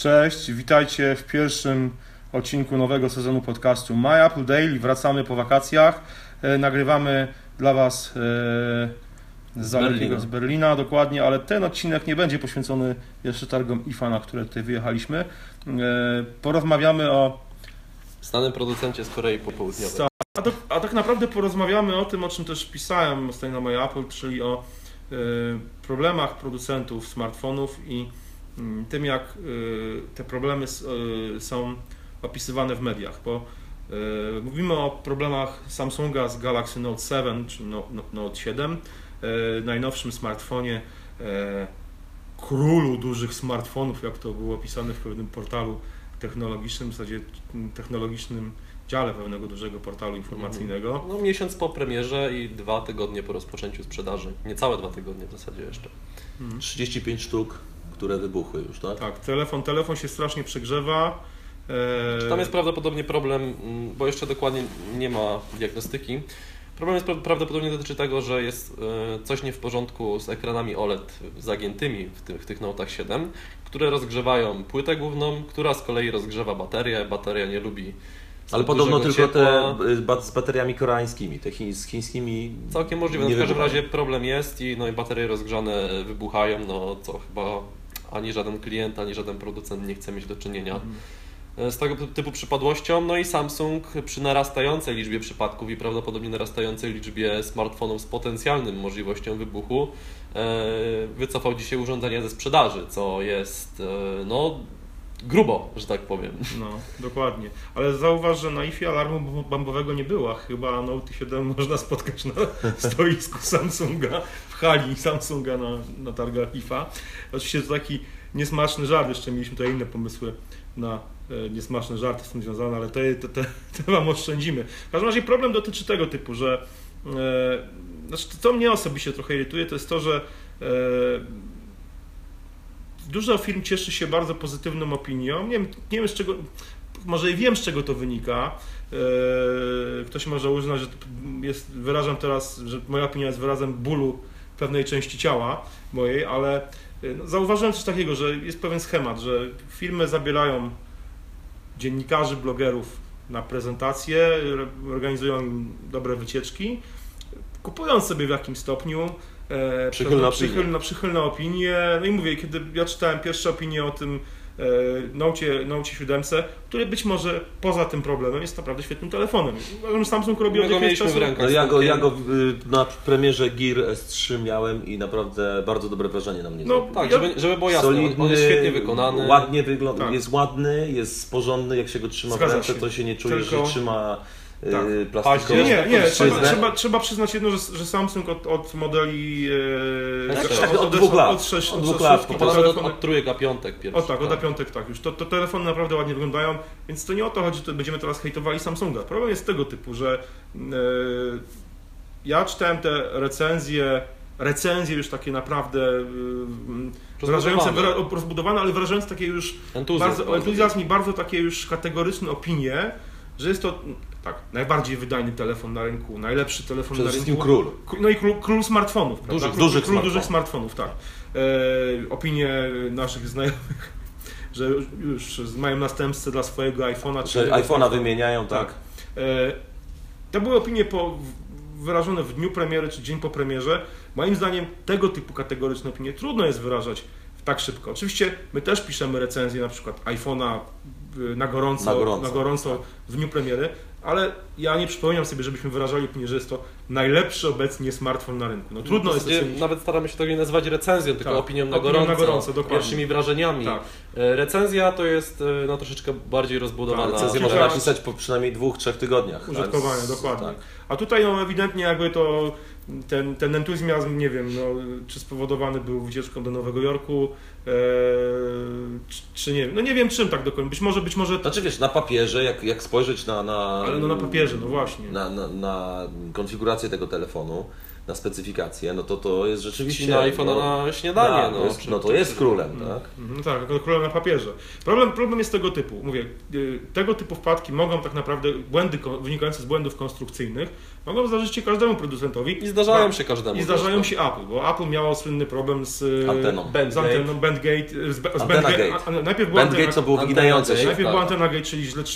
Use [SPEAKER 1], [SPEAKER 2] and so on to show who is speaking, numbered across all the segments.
[SPEAKER 1] Cześć, witajcie w pierwszym odcinku nowego sezonu podcastu My Apple Daily. Wracamy po wakacjach, nagrywamy dla Was z Berlina, dokładnie, ale ten odcinek nie będzie poświęcony jeszcze targom IFA, na które tutaj wyjechaliśmy. Porozmawiamy o
[SPEAKER 2] znanym producencie z Korei Południowej.
[SPEAKER 1] A tak naprawdę porozmawiamy o tym, o czym też pisałem ostatnio na My Apple, czyli o problemach producentów smartfonów i tym, jak te problemy są opisywane w mediach, bo mówimy o problemach Samsunga z Galaxy Note 7 czy Note 7, najnowszym smartfonie, królu dużych smartfonów, jak to było opisane w pewnym portalu technologicznym, w zasadzie technologicznym dziale pewnego dużego portalu informacyjnego.
[SPEAKER 2] No, miesiąc po premierze i 2 tygodnie po rozpoczęciu sprzedaży. Niecałe 2 tygodnie w zasadzie jeszcze.
[SPEAKER 3] 35 sztuk, które wybuchły już, tak?
[SPEAKER 1] Tak, telefon się strasznie przegrzewa.
[SPEAKER 2] Tam jest prawdopodobnie problem, bo jeszcze dokładnie nie ma diagnostyki. Problem jest prawdopodobnie dotyczy tego, że jest coś nie w porządku z ekranami OLED zagiętymi w tych Note'ach 7, które rozgrzewają płytę główną, która z kolei rozgrzewa baterię. Bateria nie lubi.
[SPEAKER 3] Ale podobno tylko
[SPEAKER 2] ciepła.
[SPEAKER 3] z bateriami koreańskimi, z chińskimi.
[SPEAKER 2] Całkiem możliwe. No w każdym razie problem jest i baterie rozgrzane wybuchają, co chyba ani żaden klient, ani żaden producent nie chce mieć do czynienia z tego typu przypadłością. No i Samsung przy narastającej liczbie przypadków i prawdopodobnie narastającej liczbie smartfonów z potencjalnym możliwością wybuchu wycofał dzisiaj urządzenie ze sprzedaży, co jest grubo, że tak powiem.
[SPEAKER 1] No, dokładnie. Ale zauważ, że na IFA alarmu bombowego nie było. Chyba Note 7 można spotkać na stoisku Samsunga, w hali Samsunga na targach IFA. Oczywiście to taki niesmaczny żart, jeszcze mieliśmy tutaj inne pomysły na niesmaczne żarty z tym związane, ale te Wam oszczędzimy. W każdym razie problem dotyczy tego typu, że to mnie osobiście trochę irytuje, to jest to, że dużo firm cieszy się bardzo pozytywną opinią. Nie wiem z czego, może i wiem z czego to wynika. Ktoś może uznać, że wyrażam teraz, że moja opinia jest wyrazem bólu pewnej części ciała mojej, ale zauważyłem coś takiego, że jest pewien schemat, że firmy zabierają dziennikarzy, blogerów na prezentacje, organizują im dobre wycieczki, kupując sobie w jakimś stopniu przychylne opinie. No i mówię, kiedy ja czytałem pierwsze opinie o tym Note 7, który być może poza tym problemem jest naprawdę świetnym telefonem. Uważam, że Samsung robi od jakiegoś czasu.
[SPEAKER 3] Ja go na premierze Gear S3 miałem i naprawdę bardzo dobre wrażenie na mnie zrobił.
[SPEAKER 2] Tak, żeby było jasne,
[SPEAKER 3] solidny,
[SPEAKER 2] on jest świetnie wykonany.
[SPEAKER 3] Ładnie wygląda,
[SPEAKER 1] tak.
[SPEAKER 3] Jest ładny, jest porządny, jak się go trzyma w ręce, to się nie czuje, że trzyma
[SPEAKER 1] plastikową. Nie, trzeba przyznać jedno, że Samsung od modeli
[SPEAKER 3] od 2 lat.
[SPEAKER 1] Od 2 lat.
[SPEAKER 2] Od trójek a piątek pierwszy.
[SPEAKER 1] Od A5 tak już. To telefony naprawdę ładnie wyglądają, więc to nie o to chodzi, że będziemy teraz hejtowali Samsunga. Problem jest tego typu, że ja czytałem te recenzje już takie naprawdę rozbudowane, ale wyrażające takie już entuzjazm i bardzo takie już kategoryczne opinie, że jest to najbardziej wydajny telefon na rynku, najlepszy telefon na rynku.
[SPEAKER 3] Król.
[SPEAKER 1] No i król smartfonów, prawda? Dużych smartfonów, tak. Opinie naszych znajomych, że już mają następcę dla swojego iPhone'a.
[SPEAKER 3] Że iPhone'a wymieniają, tak.
[SPEAKER 1] To były opinie wyrażone w dniu premiery czy dzień po premierze. Moim zdaniem tego typu kategoryczne opinie trudno jest wyrażać tak szybko. Oczywiście my też piszemy recenzje na przykład iPhone'a na gorąco w dniu premiery, ale ja nie przypominam sobie, żebyśmy wyrażali opinię, że jest to najlepszy obecnie smartfon na rynku. No trudno jest ocenić.
[SPEAKER 2] Nawet staramy się tego nie nazywać recenzją, tylko opinią na gorąco, pierwszymi wrażeniami. Tak. Recenzja to jest troszeczkę bardziej rozbudowana.
[SPEAKER 3] Recenzję można napisać po przynajmniej 2-3 tygodniach
[SPEAKER 1] użytkowania, dokładnie. Tak. A tutaj ewidentnie jakby to ten entuzjazm, nie wiem, czy spowodowany był wycieczką do Nowego Jorku, czy nie wiem. No nie wiem czym tak dokładnie. Być może...
[SPEAKER 3] Znaczy wiesz, na papierze, jak spojrzeć
[SPEAKER 1] Ale na papierze, no właśnie.
[SPEAKER 3] Na konfigurację tego telefonu, na specyfikację, no to jest rzeczywiście...
[SPEAKER 2] Na iPhone'a na śniadanie.
[SPEAKER 3] To jest królem, tak?
[SPEAKER 1] No tak, królem na papierze. Problem jest tego typu. Mówię, tego typu wpadki mogą tak naprawdę, błędy wynikające z błędów konstrukcyjnych, mogą zdarzyć się każdemu producentowi.
[SPEAKER 2] I zdarzają się każdemu.
[SPEAKER 1] I zdarzają się Apple, bo Apple miało słynny problem z
[SPEAKER 3] anteną.
[SPEAKER 1] Bandgate. Najpierw była
[SPEAKER 3] Bandgate to było wyginające się.
[SPEAKER 1] Najpierw była antena gate, czyli źle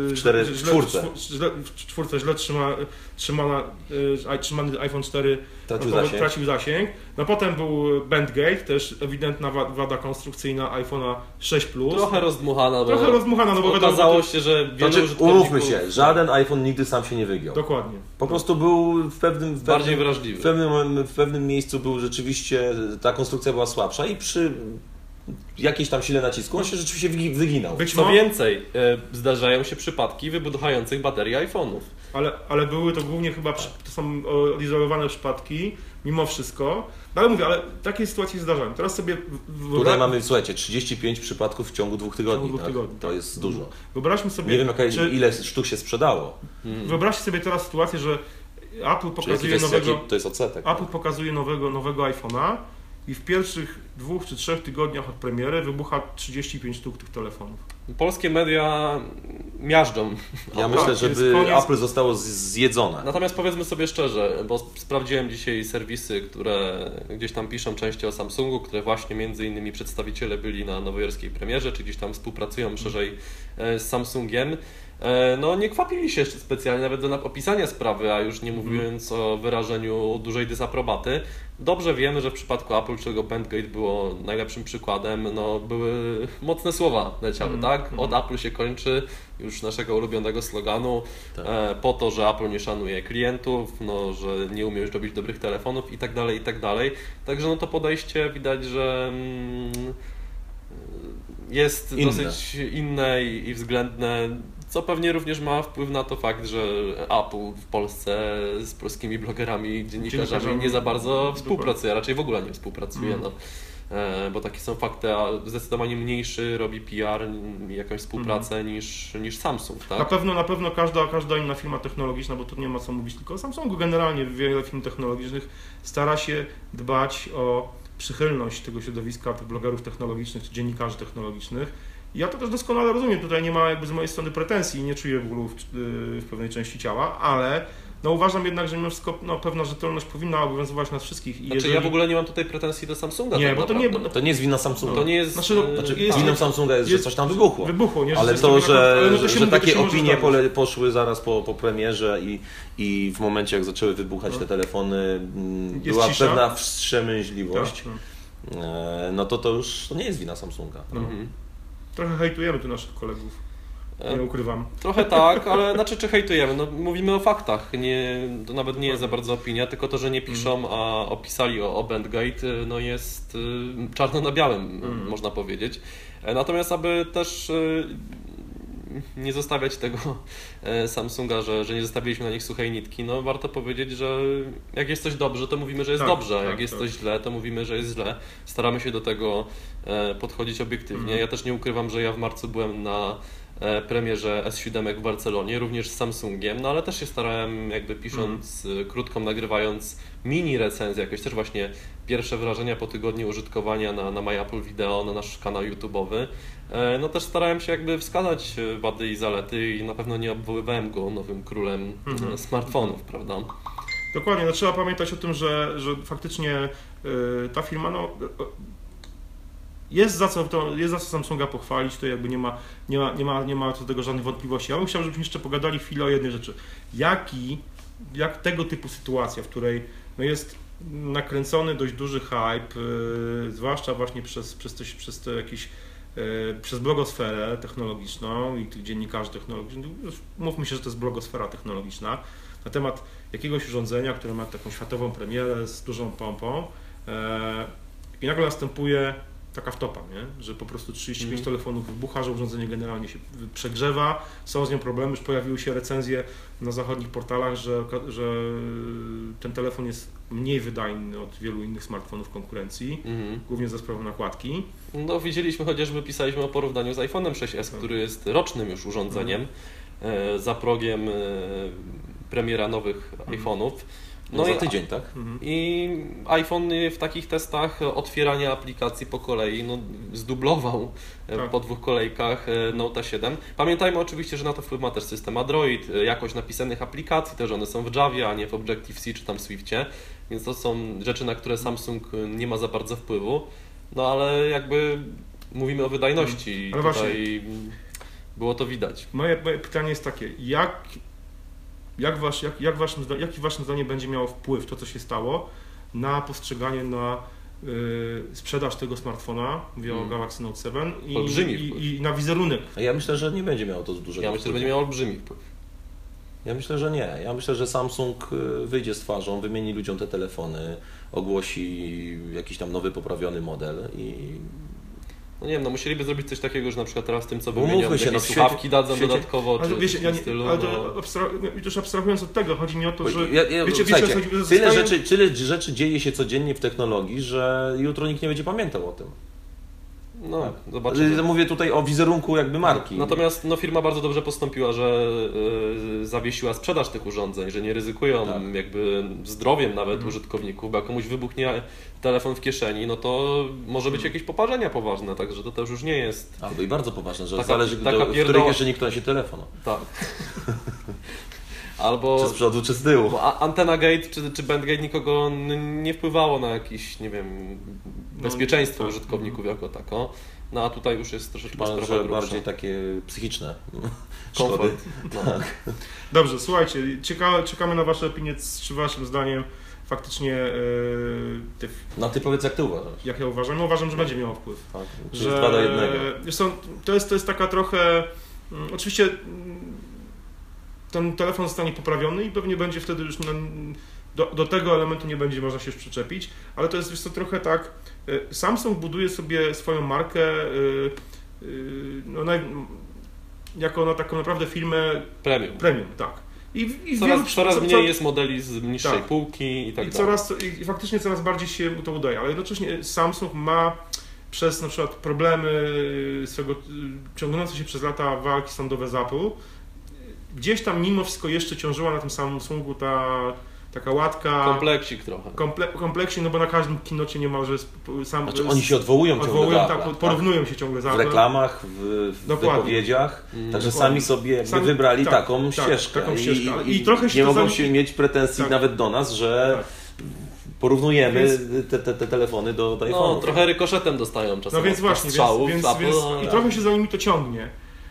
[SPEAKER 1] trzymany iPhone 4 tracił zasięg. No potem był Bandgate, też ewidentna wada konstrukcyjna iPhone'a 6 Plus.
[SPEAKER 2] Trochę rozdmuchana,
[SPEAKER 1] no bo
[SPEAKER 2] okazało się, że wielu użytkowników...
[SPEAKER 3] Umówmy się, żaden iPhone nigdy sam się nie wygiął.
[SPEAKER 1] Dokładnie.
[SPEAKER 3] Po prostu był
[SPEAKER 2] bardziej wrażliwy.
[SPEAKER 3] W pewnym miejscu był rzeczywiście, ta konstrukcja była słabsza i przy jakiejś tam sile nacisku on się rzeczywiście wyginał.
[SPEAKER 2] Co więcej, zdarzają się przypadki wybuchających baterii iPhone'ów.
[SPEAKER 1] Ale były to głównie chyba, to są odizolowane przypadki, mimo wszystko. No ale mówię, ale takie sytuacje się zdarzają. Teraz sobie...
[SPEAKER 3] Tutaj mamy, słuchajcie, 35 przypadków w ciągu 2 tygodni. To jest dużo.
[SPEAKER 1] Wyobraźmy sobie...
[SPEAKER 3] Nie wiem, ile sztuk się sprzedało.
[SPEAKER 1] Wyobraźcie sobie teraz sytuację, że Apple pokazuje
[SPEAKER 3] to jest odsetek.
[SPEAKER 1] Apple pokazuje nowego iPhone'a i w pierwszych 2 czy 3 tygodniach od premiery wybucha 35 sztuk tych telefonów.
[SPEAKER 2] Polskie media miażdżą.
[SPEAKER 3] Ja myślę, żeby Apple zostało zjedzone.
[SPEAKER 2] Natomiast powiedzmy sobie szczerze, bo sprawdziłem dzisiaj serwisy, które gdzieś tam piszą częściej o Samsungu, które właśnie między innymi przedstawiciele byli na nowojorskiej premierze, czy gdzieś tam współpracują szerzej z Samsungiem. No nie kwapili się jeszcze specjalnie nawet do opisania sprawy, a już nie mówiąc o wyrażeniu dużej dezaprobaty. Dobrze wiemy, że w przypadku Apple, czego Bandgate było najlepszym przykładem, no były mocne słowa leciały, tak? Od Apple się kończy, już naszego ulubionego sloganu, po to, że Apple nie szanuje klientów, no, że nie umie już robić dobrych telefonów i tak dalej, i tak dalej. Także no to podejście widać, że jest dosyć inne i względne, co pewnie również ma wpływ na to fakt, że Apple w Polsce z polskimi blogerami, dziennikarzami nie za bardzo współpracuje, a raczej w ogóle nie współpracuje. No. Bo takie są fakty, a zdecydowanie mniejszy robi PR i jakąś współpracę niż Samsung. Tak?
[SPEAKER 1] Na pewno każda inna firma technologiczna, bo tu nie ma co mówić tylko o Samsungu, generalnie wiele firm technologicznych stara się dbać o przychylność tego środowiska, tych blogerów technologicznych czy dziennikarzy technologicznych. Ja to też doskonale rozumiem, tutaj nie ma jakby z mojej strony pretensji, nie czuję bólu w pewnej części ciała, ale no uważam jednak, że mimo wszystko pewna rzetelność powinna obowiązywać nas wszystkich.
[SPEAKER 2] Ja w ogóle nie mam tutaj pretensji do Samsunga.
[SPEAKER 1] Nie, bo
[SPEAKER 3] to nie jest wina Samsunga.
[SPEAKER 2] To nie jest...
[SPEAKER 3] Winą Samsunga jest, że coś tam wybuchło.
[SPEAKER 1] Nie,
[SPEAKER 3] ale to, że takie opinie poszły zaraz po premierze i w momencie, jak zaczęły wybuchać te telefony, była pewna wstrzemięźliwość. No to już to nie jest wina Samsunga.
[SPEAKER 1] Trochę hejtujemy tu naszych kolegów, nie ukrywam.
[SPEAKER 2] Trochę tak, ale czy hejtujemy? No, mówimy o faktach, to nawet nie jest za bardzo opinia, tylko to, że nie piszą, a opisali o Bandgate, no jest czarno na białym, można powiedzieć. Natomiast aby też nie zostawiać tego Samsunga, że nie zostawiliśmy na nich suchej nitki, no warto powiedzieć, że jak jest coś dobrze, to mówimy, że jest dobrze, a jak jest coś źle, to mówimy, że jest źle. Staramy się do tego podchodzić obiektywnie. Ja też nie ukrywam, że ja w marcu byłem na premierze S7 w Barcelonie, również z Samsungiem, no ale też się starałem, jakby pisząc krótką, nagrywając mini recenzję, jakoś też właśnie pierwsze wrażenia po tygodniu użytkowania na My Apple Video, na nasz kanał YouTube'owy. No też starałem się jakby wskazać wady i zalety i na pewno nie obwoływałem go nowym królem smartfonów, prawda?
[SPEAKER 1] Dokładnie, no trzeba pamiętać o tym, że faktycznie ta firma jest za co Samsunga pochwalić, to jakby nie ma co do tego żadnych wątpliwości. Ja bym chciał, żebyśmy jeszcze pogadali chwilę o jednej rzeczy. Jak tego typu sytuacja, w której jest nakręcony dość duży hype, zwłaszcza właśnie przez blogosferę technologiczną i tych dziennikarzy technologicznych, mówmy się, że to jest blogosfera technologiczna, na temat jakiegoś urządzenia, które ma taką światową premierę z dużą pompą i nagle następuje taka wtopa, nie? Że po prostu 35 telefonów wybucha, że urządzenie generalnie się przegrzewa, są z nią problemy, już pojawiły się recenzje na zachodnich portalach, że ten telefon jest mniej wydajny od wielu innych smartfonów konkurencji, głównie ze sprawą nakładki.
[SPEAKER 2] No widzieliśmy, chociażby pisaliśmy o porównaniu z iPhone'em 6s, który jest rocznym już urządzeniem, za progiem premiera nowych iPhone'ów.
[SPEAKER 3] No za tydzień, tak?
[SPEAKER 2] I iPhone w takich testach otwierania aplikacji po kolei zdublował po 2 kolejkach Note 7. Pamiętajmy oczywiście, że na to wpływ ma też system Android, jakość napisanych aplikacji, też one są w Javie, a nie w Objective-C czy tam Swiftie, więc to są rzeczy, na które Samsung nie ma za bardzo wpływu. No ale jakby mówimy o wydajności i tutaj było to widać.
[SPEAKER 1] Moje pytanie jest takie, jaki waszym zdaniem będzie miało wpływ to, co się stało, na postrzeganie, na sprzedaż tego smartfona, mówię o Galaxy Note 7 i na wizerunek?
[SPEAKER 3] Ja myślę, że nie będzie miało to dużego
[SPEAKER 2] wpływu. Ja myślę, że będzie miało olbrzymi wpływ.
[SPEAKER 3] Ja myślę, że nie. Ja myślę, że Samsung wyjdzie z twarzą, wymieni ludziom te telefony, ogłosi jakiś tam nowy, poprawiony model i...
[SPEAKER 2] No nie wiem, musieliby zrobić coś takiego, że na przykład teraz tym, co wymieniam, jakieś słuchawki dadzą dodatkowo,
[SPEAKER 1] ale
[SPEAKER 2] czy
[SPEAKER 1] wiecie,
[SPEAKER 2] w tym stylu.
[SPEAKER 1] Ale już abstrahując od tego, chodzi mi o to, że...
[SPEAKER 3] Tyle rzeczy dzieje się codziennie w technologii, że jutro nikt nie będzie pamiętał o tym.
[SPEAKER 2] No, tak. Zobaczymy.
[SPEAKER 3] Mówię tutaj o wizerunku jakby marki.
[SPEAKER 2] Natomiast firma bardzo dobrze postąpiła, że zawiesiła sprzedaż tych urządzeń, że nie ryzykują jakby zdrowiem nawet użytkowników, bo jak komuś wybuchnie telefon w kieszeni, no to może być jakieś poparzenia poważne, także to też już nie jest...
[SPEAKER 3] Albo i bardzo poważne, że zależy w której kieszeni ktoś się telefon.
[SPEAKER 2] Tak. Albo,
[SPEAKER 3] czy z przodu, czy z tyłu.
[SPEAKER 2] Antena Gate czy Bandgate nikogo nie wpływało na jakieś, nie wiem, bezpieczeństwo użytkowników jako tako. No a tutaj już jest troszeczkę sprawa grubsza.
[SPEAKER 3] Bardziej takie psychiczne
[SPEAKER 2] komfort.
[SPEAKER 3] Tak.
[SPEAKER 1] Dobrze, słuchajcie, czekamy na wasze opinie, czy waszym zdaniem faktycznie...
[SPEAKER 3] No ty powiedz, jak ty uważasz?
[SPEAKER 1] Jak ja uważam? Ja uważam, że będzie miało wpływ.
[SPEAKER 3] Tak, że 2:1.
[SPEAKER 1] To jest taka trochę... Oczywiście ten telefon zostanie poprawiony i pewnie będzie wtedy już do tego elementu nie będzie można się już przyczepić, ale to jest trochę tak, Samsung buduje sobie swoją markę jako taką naprawdę firmę premium, tak. I
[SPEAKER 2] coraz mniej jest modeli z niższej półki i tak dalej.
[SPEAKER 1] I faktycznie coraz bardziej się to udaje, ale jednocześnie Samsung ma przez na przykład problemy swego ciągnące się przez lata walki sądowe z Apple, gdzieś tam mimo wszystko jeszcze ciążyła na tym Samsungu taka łatka...
[SPEAKER 2] Kompleksik trochę.
[SPEAKER 1] Kompleksik, no bo na każdym keynocie niemalże...
[SPEAKER 3] Znaczy oni się odwołują ciągle do Apple'a,
[SPEAKER 1] porównują się ciągle z Apple.
[SPEAKER 3] W reklamach, w wypowiedziach, także sami sobie wybrali taką ścieżkę. I trochę się nie mogą się mieć pretensji nawet do nas, że porównujemy te telefony do iPhone'ów.
[SPEAKER 2] No, trochę rykoszetem dostają czasem.
[SPEAKER 1] No więc właśnie, i trochę się za nimi to ciągnie.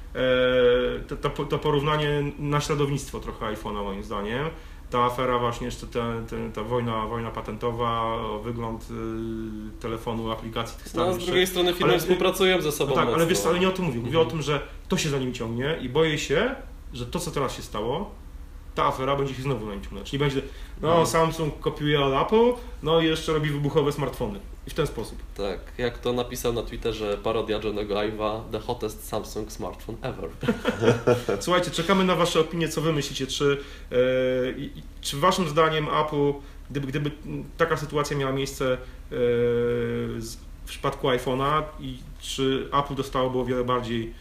[SPEAKER 1] To porównanie, naśladownictwo trochę iPhone'a moim zdaniem. Ta afera właśnie jeszcze, ta wojna patentowa, wygląd telefonu, aplikacji tych starych.
[SPEAKER 2] No, z drugiej strony firmy współpracują ze sobą.
[SPEAKER 1] No tak, ale wiesz, ale nie o tym mówię. Mówię o tym, że to się za nimi ciągnie i boję się, że to, co teraz się stało, ta afera będzie się znowu na nim ciągnąć. Czyli będzie, Samsung kopiuje od Apple, no i jeszcze robi wybuchowe smartfony. I w ten sposób.
[SPEAKER 2] Tak, jak to napisał na Twitterze parodia Johnego Ive'a, the hottest Samsung smartphone ever.
[SPEAKER 1] Słuchajcie, czekamy na wasze opinie, co wy myślicie, czy waszym zdaniem Apple, gdyby taka sytuacja miała miejsce w przypadku iPhone'a i czy Apple dostałoby o wiele bardziej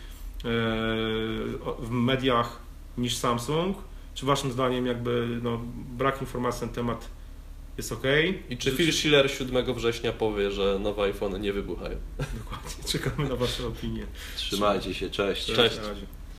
[SPEAKER 1] w mediach niż Samsung, czy waszym zdaniem brak informacji na ten temat jest ok?
[SPEAKER 2] I czy Phil Schiller 7 września powie, że nowe iPhony nie wybuchają?
[SPEAKER 1] Dokładnie, czekamy na wasze opinie.
[SPEAKER 3] Trzymajcie się, cześć.
[SPEAKER 2] Cześć.